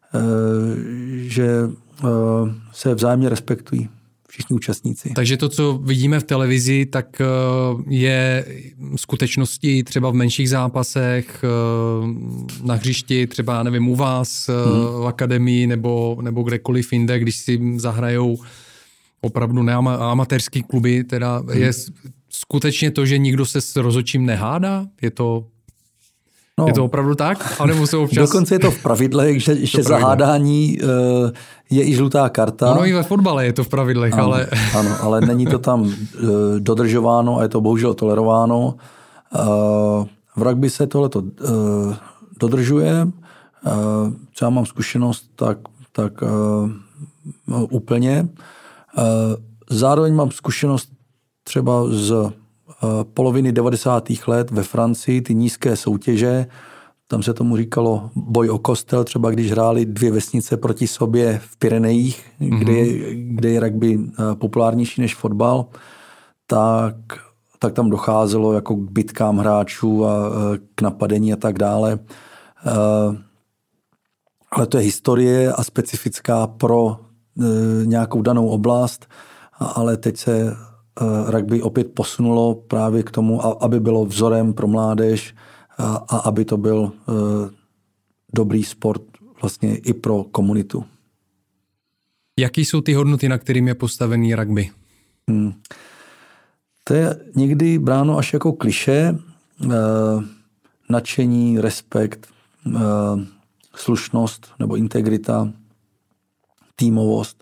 Speaker 2: se vzájemně respektují všichni účastníci.
Speaker 1: Takže to, co vidíme v televizi, tak je v skutečnosti třeba v menších zápasech na hřišti, třeba nevím, u vás v akademii nebo kdekoliv jinde, když si zahrajou opravdu amatérský kluby, teda je skutečně to, že nikdo se s rozhodčím nehádá? Je to opravdu tak? A nebo se občas...
Speaker 2: Dokonce je to v pravidlech, že za hádání je i žlutá karta.
Speaker 1: Ono i ve fotbale je to v pravidlech,
Speaker 2: ano,
Speaker 1: ale...
Speaker 2: Ano, ale není to tam dodržováno a je to bohužel tolerováno. V rugby se tohleto dodržuje. Co já mám zkušenost, tak úplně. Zároveň mám zkušenost třeba z poloviny 90. let ve Francii, ty nízké soutěže, tam se tomu říkalo boj o kostel, třeba když hráli dvě vesnice proti sobě v Pyrenejích, kde je rugby populárnější než fotbal, tak tam docházelo jako k bitkám hráčů a k napadení a tak dále. Ale to je historie a specifická pro nějakou danou oblast, ale teď se rugby opět posunulo právě k tomu, aby bylo vzorem pro mládež a aby to byl dobrý sport vlastně i pro komunitu.
Speaker 1: Jaký jsou ty hodnoty, na kterým je postavený rugby?
Speaker 2: To je někdy bráno až jako klišé. Nadšení, respekt, slušnost nebo integrita, týmovost.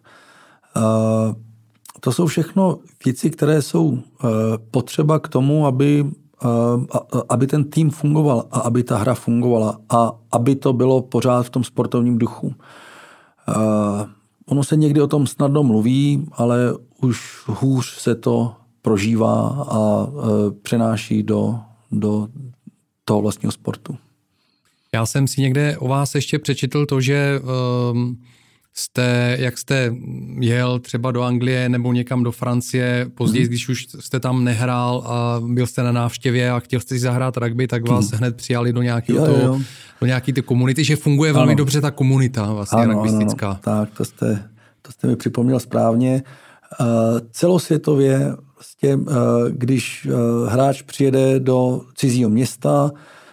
Speaker 2: To jsou všechno věci, které jsou potřeba k tomu, aby ten tým fungoval a aby ta hra fungovala a aby to bylo pořád v tom sportovním duchu. Ono se někdy o tom snadno mluví, ale už hůř se to prožívá a přenáší do toho vlastního sportu.
Speaker 1: Já jsem si někde o vás ještě přečetl to, že Jak jste jel třeba do Anglie nebo někam do Francie, později, když už jste tam nehrál a byl jste na návštěvě a chtěl jste si zahrát rugby, tak vás hned přijali do nějaké ty komunity, že funguje velmi dobře ta komunita vlastně rugbystická.
Speaker 2: Ano. Tak, to jste mi připomněl správně. Celosvětově, vlastně, když hráč přijede do cizího města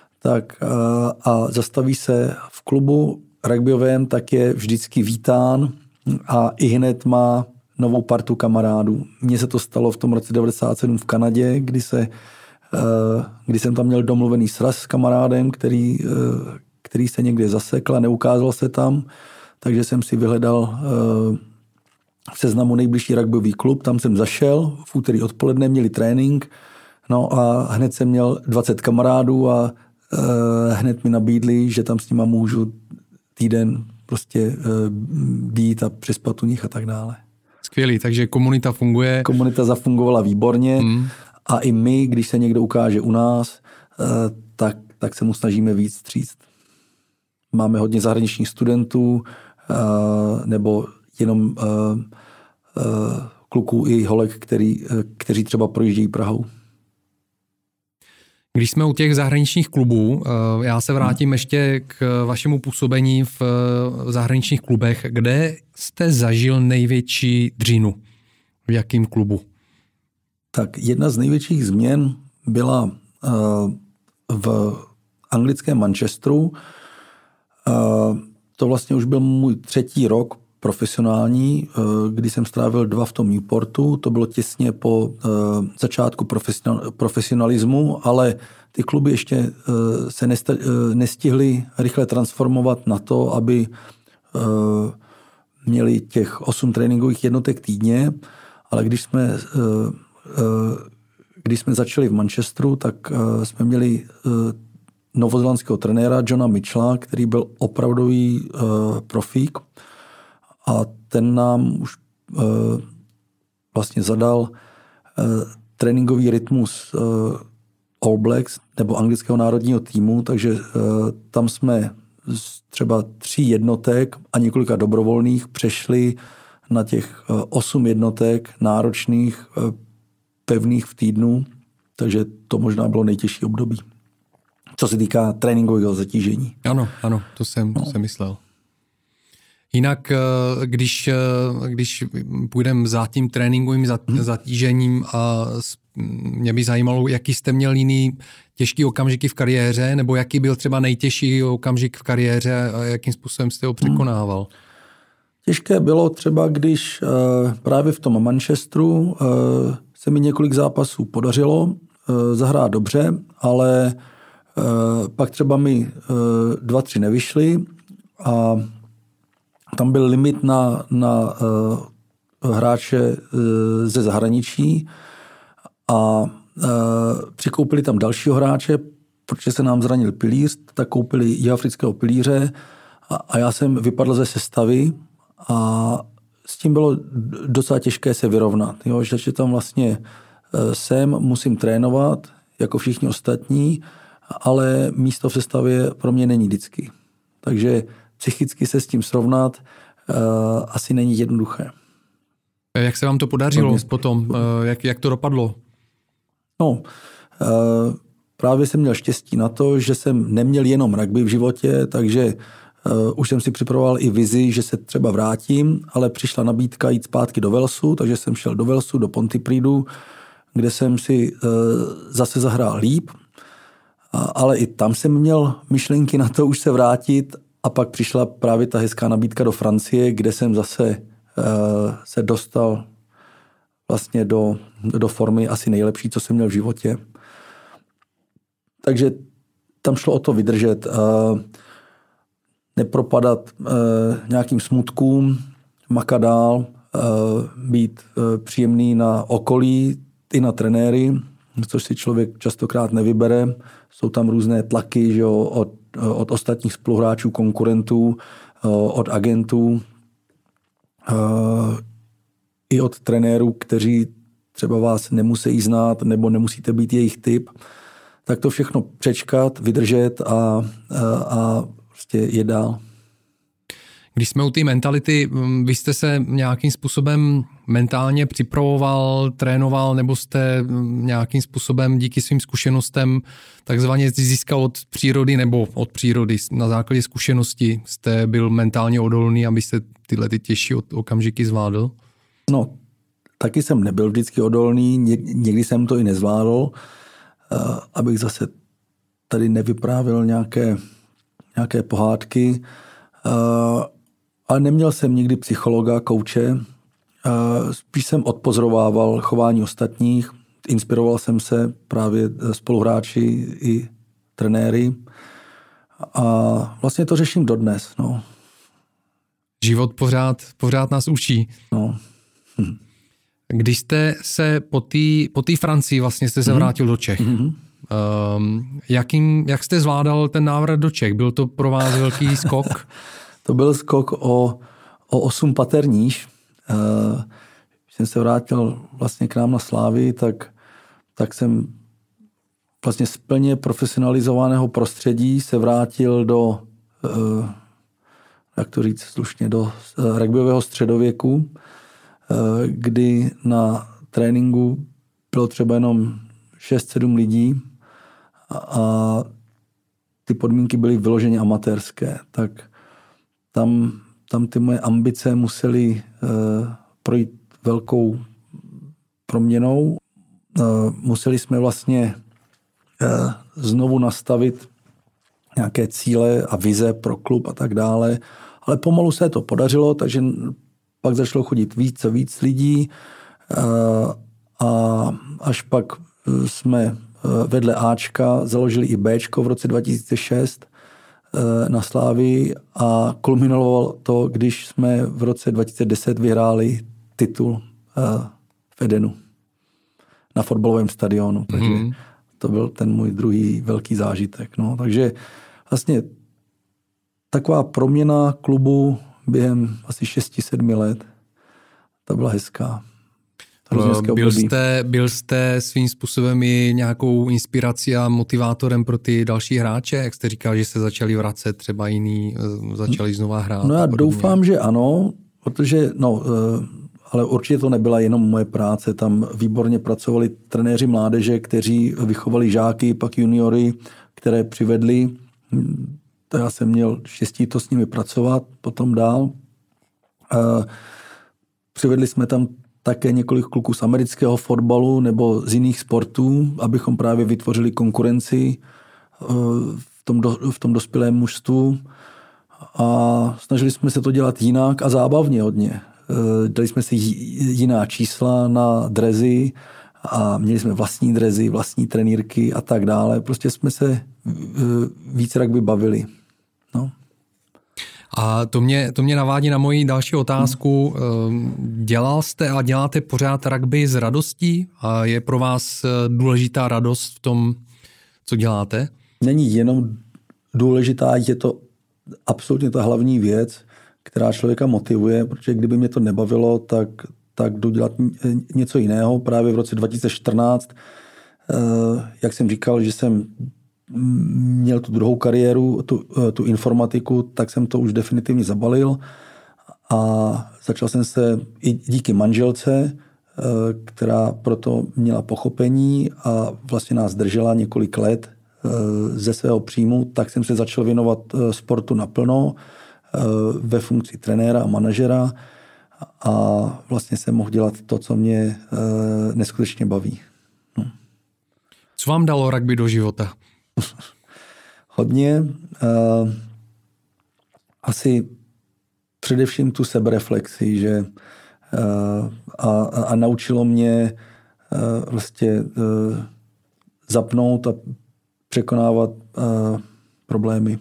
Speaker 2: a zastaví se v klubu rugbyovém, tak je vždycky vítán a ihned má novou partu kamarádů. Mně se to stalo v tom roce 1997 v Kanadě, kdy jsem tam měl domluvený sraz s kamarádem, který se někde zasekl a neukázal se tam, takže jsem si vyhledal v seznamu nejbližší rugbyový klub, tam jsem zašel, v úterý odpoledne měli trénink, no a hned jsem měl 20 kamarádů a hned mi nabídli, že tam s nima můžu týden prostě být a přespat u nich a tak dále.
Speaker 1: Skvělý, takže komunita funguje.
Speaker 2: Komunita zafungovala výborně a i my, když se někdo ukáže u nás, tak se mu snažíme víc vstříct. Máme hodně zahraničních studentů nebo jenom kluků i holek, kteří třeba projíždějí Prahou.
Speaker 1: Když jsme u těch zahraničních klubů, já se vrátím ještě k vašemu působení v zahraničních klubech. Kde jste zažil největší dřinu? V jakém klubu?
Speaker 2: Tak jedna z největších změn byla v anglickém Manchesteru. To vlastně už byl můj 3. rok profesionální, kdy jsem strávil 2 v tom Newportu. To bylo těsně po začátku profesionalismu, ale ty kluby ještě se nestihly rychle transformovat na to, aby měli těch 8 tréninkových jednotek týdně, ale když jsme začali v Manchesteru, tak jsme měli novozélandského trenéra Johna Mitchella, který byl opravdový profík. A ten nám už vlastně zadal tréninkový rytmus All Blacks nebo anglického národního týmu, takže tam jsme z třeba 3 jednotek a několika dobrovolných přešli na těch 8 jednotek náročných, pevných v týdnu, takže to možná bylo nejtěžší období, co se týká tréninkového zatížení.
Speaker 1: Ano, to jsem myslel. Jinak, když půjdeme za tím tréninkovým zatížením, mě by zajímalo, jaký jste měl jiný těžký okamžiky v kariéře, nebo jaký byl třeba nejtěžší okamžik v kariéře a jakým způsobem jste ho překonával?
Speaker 2: Těžké bylo třeba, když právě v tom Manchesteru se mi několik zápasů podařilo zahrát dobře, ale pak třeba mi 2-3 nevyšly a tam byl limit na hráče ze zahraničí a přikoupili tam dalšího hráče, protože se nám zranil pilíř, tak koupili jihoafrického pilíře a já jsem vypadl ze sestavy a s tím bylo docela těžké se vyrovnat. Jo? Že tam vlastně musím trénovat jako všichni ostatní, ale místo v sestavě pro mě není vždycky. Takže psychicky se s tím srovnat asi není jednoduché.
Speaker 1: Jak se vám to podařilo potom? Jak to dopadlo?
Speaker 2: No, právě jsem měl štěstí na to, že jsem neměl jenom rugby v životě, takže už jsem si připravoval i vizi, že se třeba vrátím, ale přišla nabídka jít zpátky do Walesu, takže jsem šel do Walesu, do Pontypridu, kde jsem si zase zahrál líp, ale i tam jsem měl myšlenky na to už se vrátit a pak přišla právě ta hezká nabídka do Francie, kde jsem zase se dostal vlastně do formy asi nejlepší, co jsem měl v životě. Takže tam šlo o to vydržet, nepropadat nějakým smutkům, makat dál, být příjemný na okolí, i na trenéry, což si člověk častokrát nevybere. Jsou tam různé tlaky, že jo, od ostatních spoluhráčů, konkurentů, od agentů, i od trenérů, kteří třeba vás nemusí znát nebo nemusíte být jejich typ. Tak to všechno přečkat, vydržet a prostě je dál.
Speaker 1: Když jsme u té mentality, vy jste se nějakým způsobem mentálně připravoval, trénoval, nebo jste nějakým způsobem díky svým zkušenostem takzvaně získal od přírody nebo od přírody na základě zkušenosti jste byl mentálně odolný, abyste tyhle ty těžší okamžiky zvládl?
Speaker 2: No, taky jsem nebyl vždycky odolný, někdy jsem to i nezvládl, abych zase tady nevyprávěl nějaké pohádky, ale neměl jsem nikdy psychologa, kouče, spíš jsem odpozorovával chování ostatních, inspiroval jsem se právě spoluhráči i trenéry a vlastně to řeším dodnes. No.
Speaker 1: Život pořád nás učí.
Speaker 2: No.
Speaker 1: Když jste se po té Francii vlastně jste se vrátil do Čech, jak jste zvládal ten návrat do Čech? Byl to pro vás velký skok?
Speaker 2: To byl skok o 8 pater níž. Když jsem se vrátil vlastně k nám na Slávii, tak jsem vlastně z plně profesionalizovaného prostředí se vrátil do, jak to říct slušně, do rugbyového středověku, kdy na tréninku bylo třeba jenom 6-7 lidí a ty podmínky byly vyloženě amatérské. Tak tam ty moje ambice musely projít velkou proměnou. Museli jsme vlastně znovu nastavit nějaké cíle a vize pro klub a tak dále. Ale pomalu se to podařilo, takže pak začalo chodit víc a víc lidí a až pak jsme vedle Ačka založili i Bčko v roce 2006 na Slávii a kulminovalo to, když jsme v roce 2010 vyhráli titul v Edenu na fotbalovém stadionu. Takže to byl ten můj druhý velký zážitek. No. Takže vlastně taková proměna klubu během asi 6-7 let, to byla hezká.
Speaker 1: Byl jste svým způsobem i nějakou inspirací a motivátorem pro ty další hráče? Jak jste říkal, že se začali vracet, třeba jiní začali znova hrát?
Speaker 2: No já doufám, že ano, protože ale určitě to nebyla jenom moje práce. Tam výborně pracovali trenéři mládeže, kteří vychovali žáky, pak juniory, které přivedli. To já jsem měl štěstí to s nimi pracovat potom dál. Přivedli jsme tam také několik kluků z amerického fotbalu nebo z jiných sportů, abychom právě vytvořili konkurenci v tom dospělém mužstvu. A snažili jsme se to dělat jinak a zábavně hodně. Dali jsme si jiná čísla na drezy a měli jsme vlastní drezy, vlastní trenýrky a tak dále. Prostě jsme se víc rugby bavili. No.
Speaker 1: A to mě navádí na moji další otázku. Dělal jste a děláte pořád rugby s radostí? A je pro vás důležitá radost v tom, co děláte?
Speaker 2: Není jenom důležitá, je to absolutně ta hlavní věc, která člověka motivuje, protože kdyby mě to nebavilo, tak jdu dělat něco jiného. Právě v roce 2014, jak jsem říkal, že jsem měl tu druhou kariéru, tu informatiku, tak jsem to už definitivně zabalil a začal jsem se i díky manželce, která proto měla pochopení a vlastně nás držela několik let ze svého příjmu, tak jsem se začal věnovat sportu naplno ve funkci trenéra a manažera a vlastně jsem mohl dělat to, co mě neskutečně baví. No.
Speaker 1: Co vám dalo rugby do života?
Speaker 2: Hodně. Asi především tu sebereflexi, že a naučilo mě vlastně zapnout a překonávat problémy.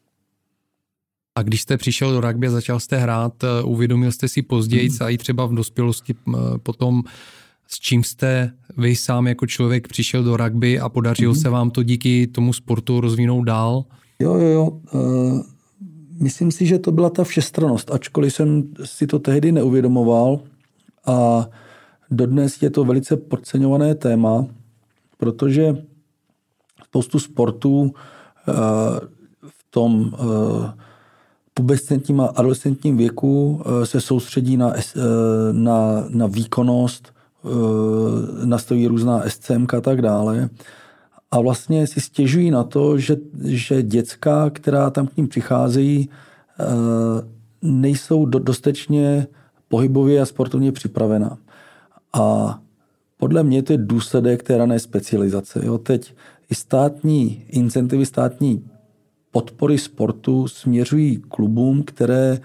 Speaker 1: A když jste přišel do rugby a začal jste hrát, uvědomil jste si později a i třeba v dospělosti potom, s čím jste vy sám jako člověk přišel do rugby a podařilo se vám to díky tomu sportu rozvinout dál?
Speaker 2: Jo. Myslím si, že to byla ta všestrannost, ačkoliv jsem si to tehdy neuvědomoval a dodnes je to velice podceňované téma, protože spoustu sportů v tom pubescentním a adolescentním věku se soustředí na výkonnost, nastaví různá SCM a tak dále. A vlastně si stěžují na to, že děcka, která tam k ním přicházejí, nejsou dostatečně pohybově a sportovně připravená. A podle mě to je důsledek té rané specializace. Jo, teď i státní incentivy, státní podpory sportu směřují klubům, které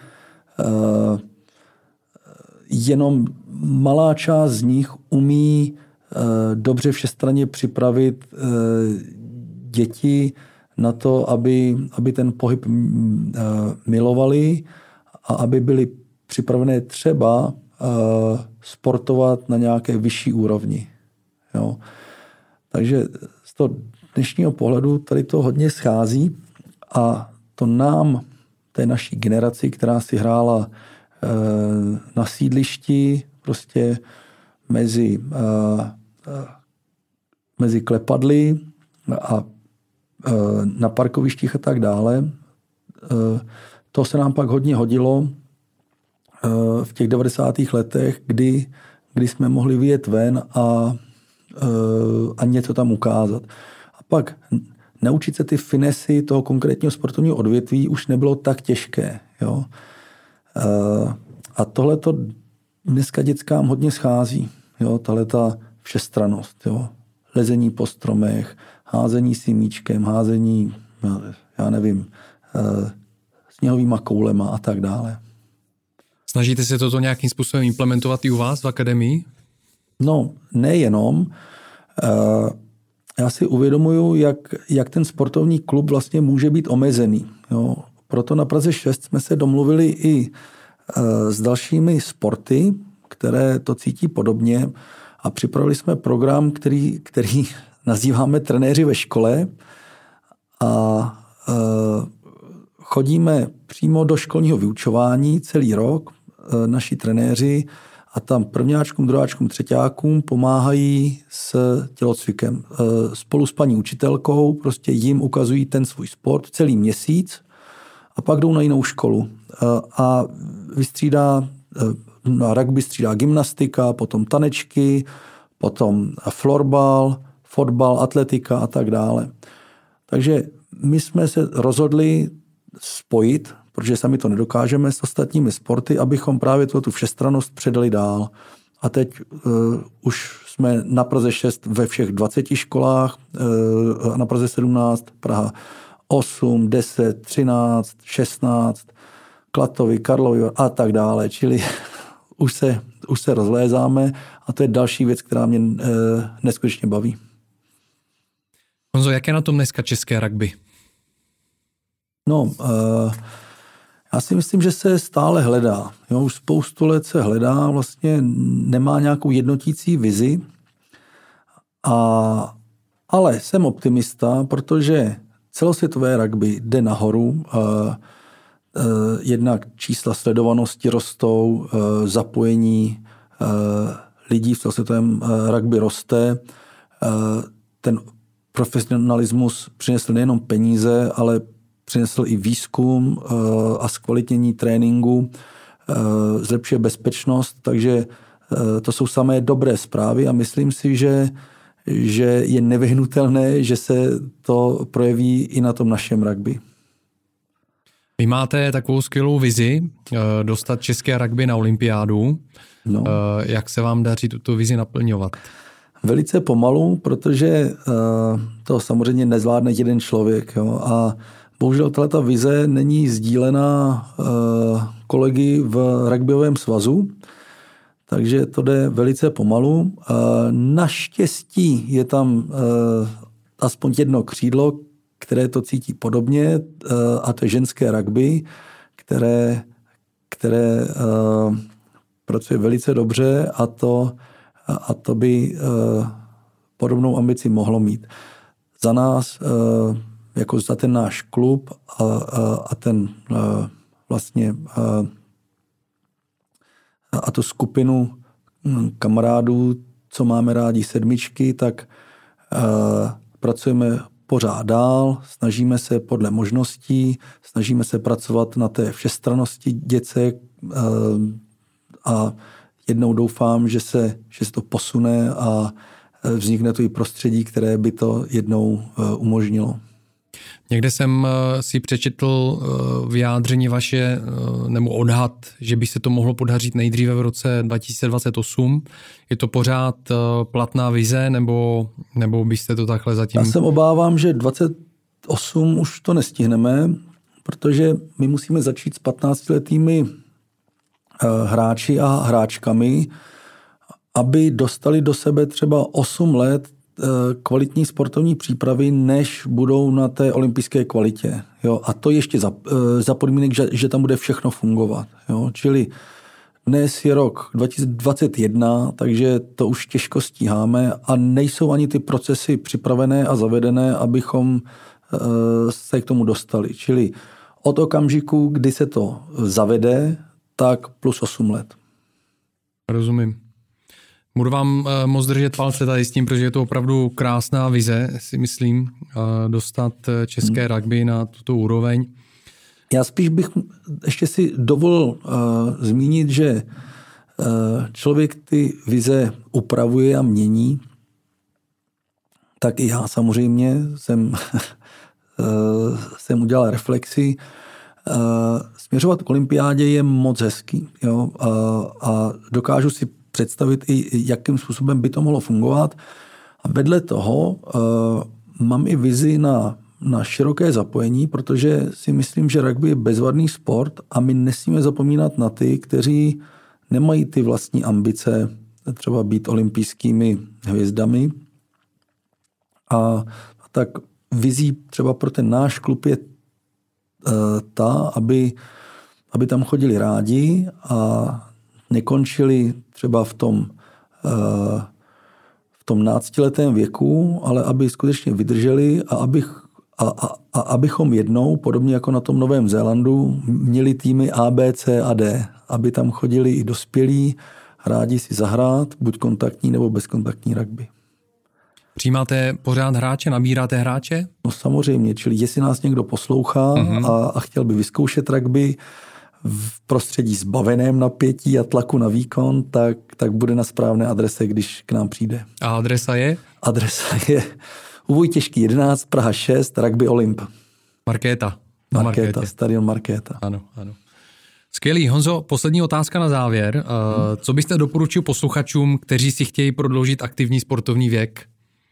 Speaker 2: jenom malá část z nich umí dobře všestranně připravit děti na to, aby ten pohyb milovali a aby byli připravené třeba sportovat na nějaké vyšší úrovni. Jo. Takže z toho dnešního pohledu tady to hodně schází a to nám, té naší generaci, která si hrála na sídlišti, prostě mezi klepadly a na parkovištích a tak dále. To se nám pak hodně hodilo v těch 90. letech, kdy jsme mohli vyjet ven a něco tam ukázat. A pak naučit se ty finesy toho konkrétního sportovního odvětví už nebylo tak těžké. Jo? A tohle to dneska dětskám hodně schází. Jo? Tahleta všestrannost. Jo? Lezení po stromech, házení si míčkem, házení, já nevím, sněhovýma koulema a tak dále.
Speaker 1: Snažíte se toto nějakým způsobem implementovat i u vás v akademii?
Speaker 2: No, nejenom. Já si uvědomuju, jak ten sportovní klub vlastně může být omezený. Jo. Proto na Praze 6 jsme se domluvili i s dalšími sporty, které to cítí podobně a připravili jsme program, který nazýváme Trenéři ve škole a chodíme přímo do školního vyučování celý rok, naši trenéři a tam prvňáčkům, druháčkům, třeťákům pomáhají s tělocvikem. Spolu s paní učitelkou prostě jim ukazují ten svůj sport celý měsíc a pak jdou na jinou školu. A vystřídá, na rugby střídá gymnastika, potom tanečky, potom florbal, fotbal, atletika a tak dále. Takže my jsme se rozhodli spojit, protože sami to nedokážeme, s ostatními sporty, abychom právě tu všestrannost předali dál. A teď už jsme na Praze 6 ve všech 20 školách, na Praze 17, Praha 8, 10, 13, 16, Klatovy, Karlovy a tak dále. Čili už se rozlézáme a to je další věc, která mě neskutečně baví.
Speaker 1: Honzo, jak je na tom dneska české rugby?
Speaker 2: No, já si myslím, že se stále hledá. Jo, už spoustu let se hledá, vlastně nemá nějakou jednotící vizi. Ale jsem optimista, protože celosvětové rugby jde nahoru. Jednak čísla sledovanosti rostou, zapojení lidí v celosvětovém rugby roste. Ten profesionalismus přinesl nejenom peníze, ale přinesl i výzkum a zkvalitnění tréninku, zlepšuje bezpečnost, takže to jsou samé dobré zprávy a myslím si, že je nevyhnutelné, že se to projeví i na tom našem rugby.
Speaker 1: Vy máte takovou skvělou vizi dostat české rugby na olympiádu. No. Jak se vám daří tuto vizi naplňovat?
Speaker 2: Velice pomalu, protože to samozřejmě nezvládne jeden člověk. Jo? A bohužel tato vize není sdílená kolegy v rugbyovém svazu, takže to jde velice pomalu. Naštěstí je tam aspoň jedno křídlo, které to cítí podobně, a to je ženské rugby, které pracuje velice dobře a to by podobnou ambici mohlo mít. Za nás, jako za ten náš klub a ten vlastně a tu skupinu kamarádů, co máme rádi sedmičky, tak pracujeme pořád dál, snažíme se podle možností, snažíme se pracovat na té všestrannosti děcek a jednou doufám, že se to posune a vznikne to i prostředí, které by to jednou umožnilo.
Speaker 1: Někde jsem si přečetl vyjádření vaše nebo odhad, že by se to mohlo podařit nejdříve v roce 2028. Je to pořád platná vize nebo byste to takhle zatím...
Speaker 2: Já se obávám, že 28 už to nestihneme, protože my musíme začít s 15letými hráči a hráčkami, aby dostali do sebe třeba 8 let kvalitní sportovní přípravy, než budou na té olympijské kvalitě. Jo? A to ještě za podmínek, že tam bude všechno fungovat. Jo? Čili dnes je rok 2021, takže to už těžko stíháme a nejsou ani ty procesy připravené a zavedené, abychom se k tomu dostali. Čili od okamžiku, kdy se to zavede, tak plus 8 let.
Speaker 1: Rozumím. Budu vám moc držet palce tady s tím, protože je to opravdu krásná vize, si myslím, dostat české rugby na tuto úroveň.
Speaker 2: Já spíš bych ještě si dovolil zmínit, že člověk ty vize upravuje a mění, tak i já samozřejmě jsem udělal reflexi. Směřovat k olympiádě je moc hezký. Jo? A dokážu si představit i, jakým způsobem by to mohlo fungovat. A vedle toho mám i vizi na široké zapojení, protože si myslím, že rugby je bezvadný sport a my nesmíme zapomínat na ty, kteří nemají ty vlastní ambice třeba být olympijskými hvězdami. A tak vizí třeba pro ten náš klub je ta, aby tam chodili rádi a nekončili třeba v tom 12letém věku, ale aby skutečně vydrželi a abychom jednou, podobně jako na tom Novém Zélandu, měli týmy A, B, C a D, aby tam chodili i dospělí, rádi si zahrát, buď kontaktní nebo bezkontaktní rugby.
Speaker 1: Přijímáte pořád hráče, nabíráte hráče?
Speaker 2: No samozřejmě, čili jestli nás někdo poslouchá a chtěl by vyzkoušet rugby v prostředí zbaveném napětí a tlaku na výkon, tak bude na správné adrese, když k nám přijde.
Speaker 1: A adresa je?
Speaker 2: Adresa je u Vojtěžky 11, Praha 6, Rugby Olymp.
Speaker 1: Markéta.
Speaker 2: Stadion Markéta.
Speaker 1: Ano. Skvělý. Honzo, poslední otázka na závěr. Co byste doporučil posluchačům, kteří si chtějí prodloužit aktivní sportovní věk?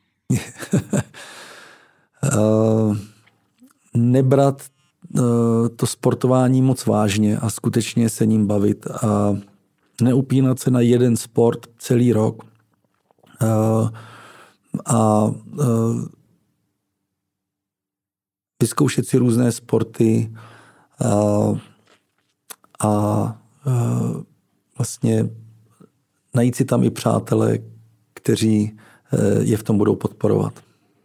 Speaker 2: Nebrat to sportování moc vážně a skutečně se ním bavit a neupínat se na jeden sport celý rok a vyzkoušet si různé sporty a vlastně najít si tam i přátele, kteří je v tom budou podporovat.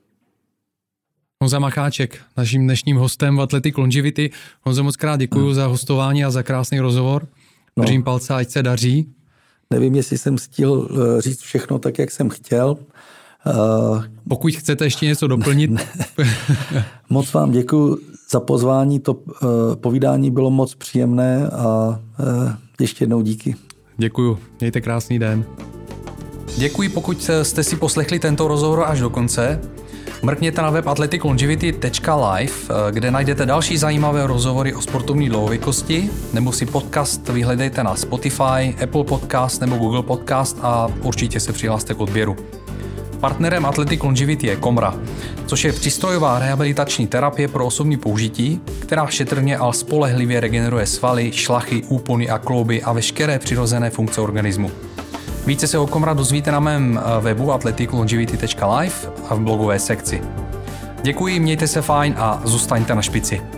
Speaker 1: Honza Macháček, naším dnešním hostem v Athletic Longevity. Honzo, moc krát děkuju za hostování a za krásný rozhovor. Držím palce, ať se daří.
Speaker 2: Nevím, jestli jsem stihl říct všechno tak, jak jsem chtěl.
Speaker 1: Pokud chcete ještě něco doplnit.
Speaker 2: Moc vám děkuju za pozvání. To povídání bylo moc příjemné a ještě jednou díky.
Speaker 1: Děkuju. Mějte krásný den. Děkuji, pokud jste si poslechli tento rozhovor až do konce. Mrkněte na web athleticlongevity.live, kde najdete další zajímavé rozhovory o sportovní dlouhověkosti, nebo si podcast vyhledejte na Spotify, Apple Podcast nebo Google Podcast a určitě se přihlaste k odběru. Partnerem Athletic Longevity je Komra, což je přístrojová rehabilitační terapie pro osobní použití, která šetrně a spolehlivě regeneruje svaly, šlachy, úpony a klouby a veškeré přirozené funkce organismu. Více se o Komra dozvíte na mém webu athleticlongevity.live a v blogové sekci. Děkuji, mějte se fajn a zůstaňte na špici.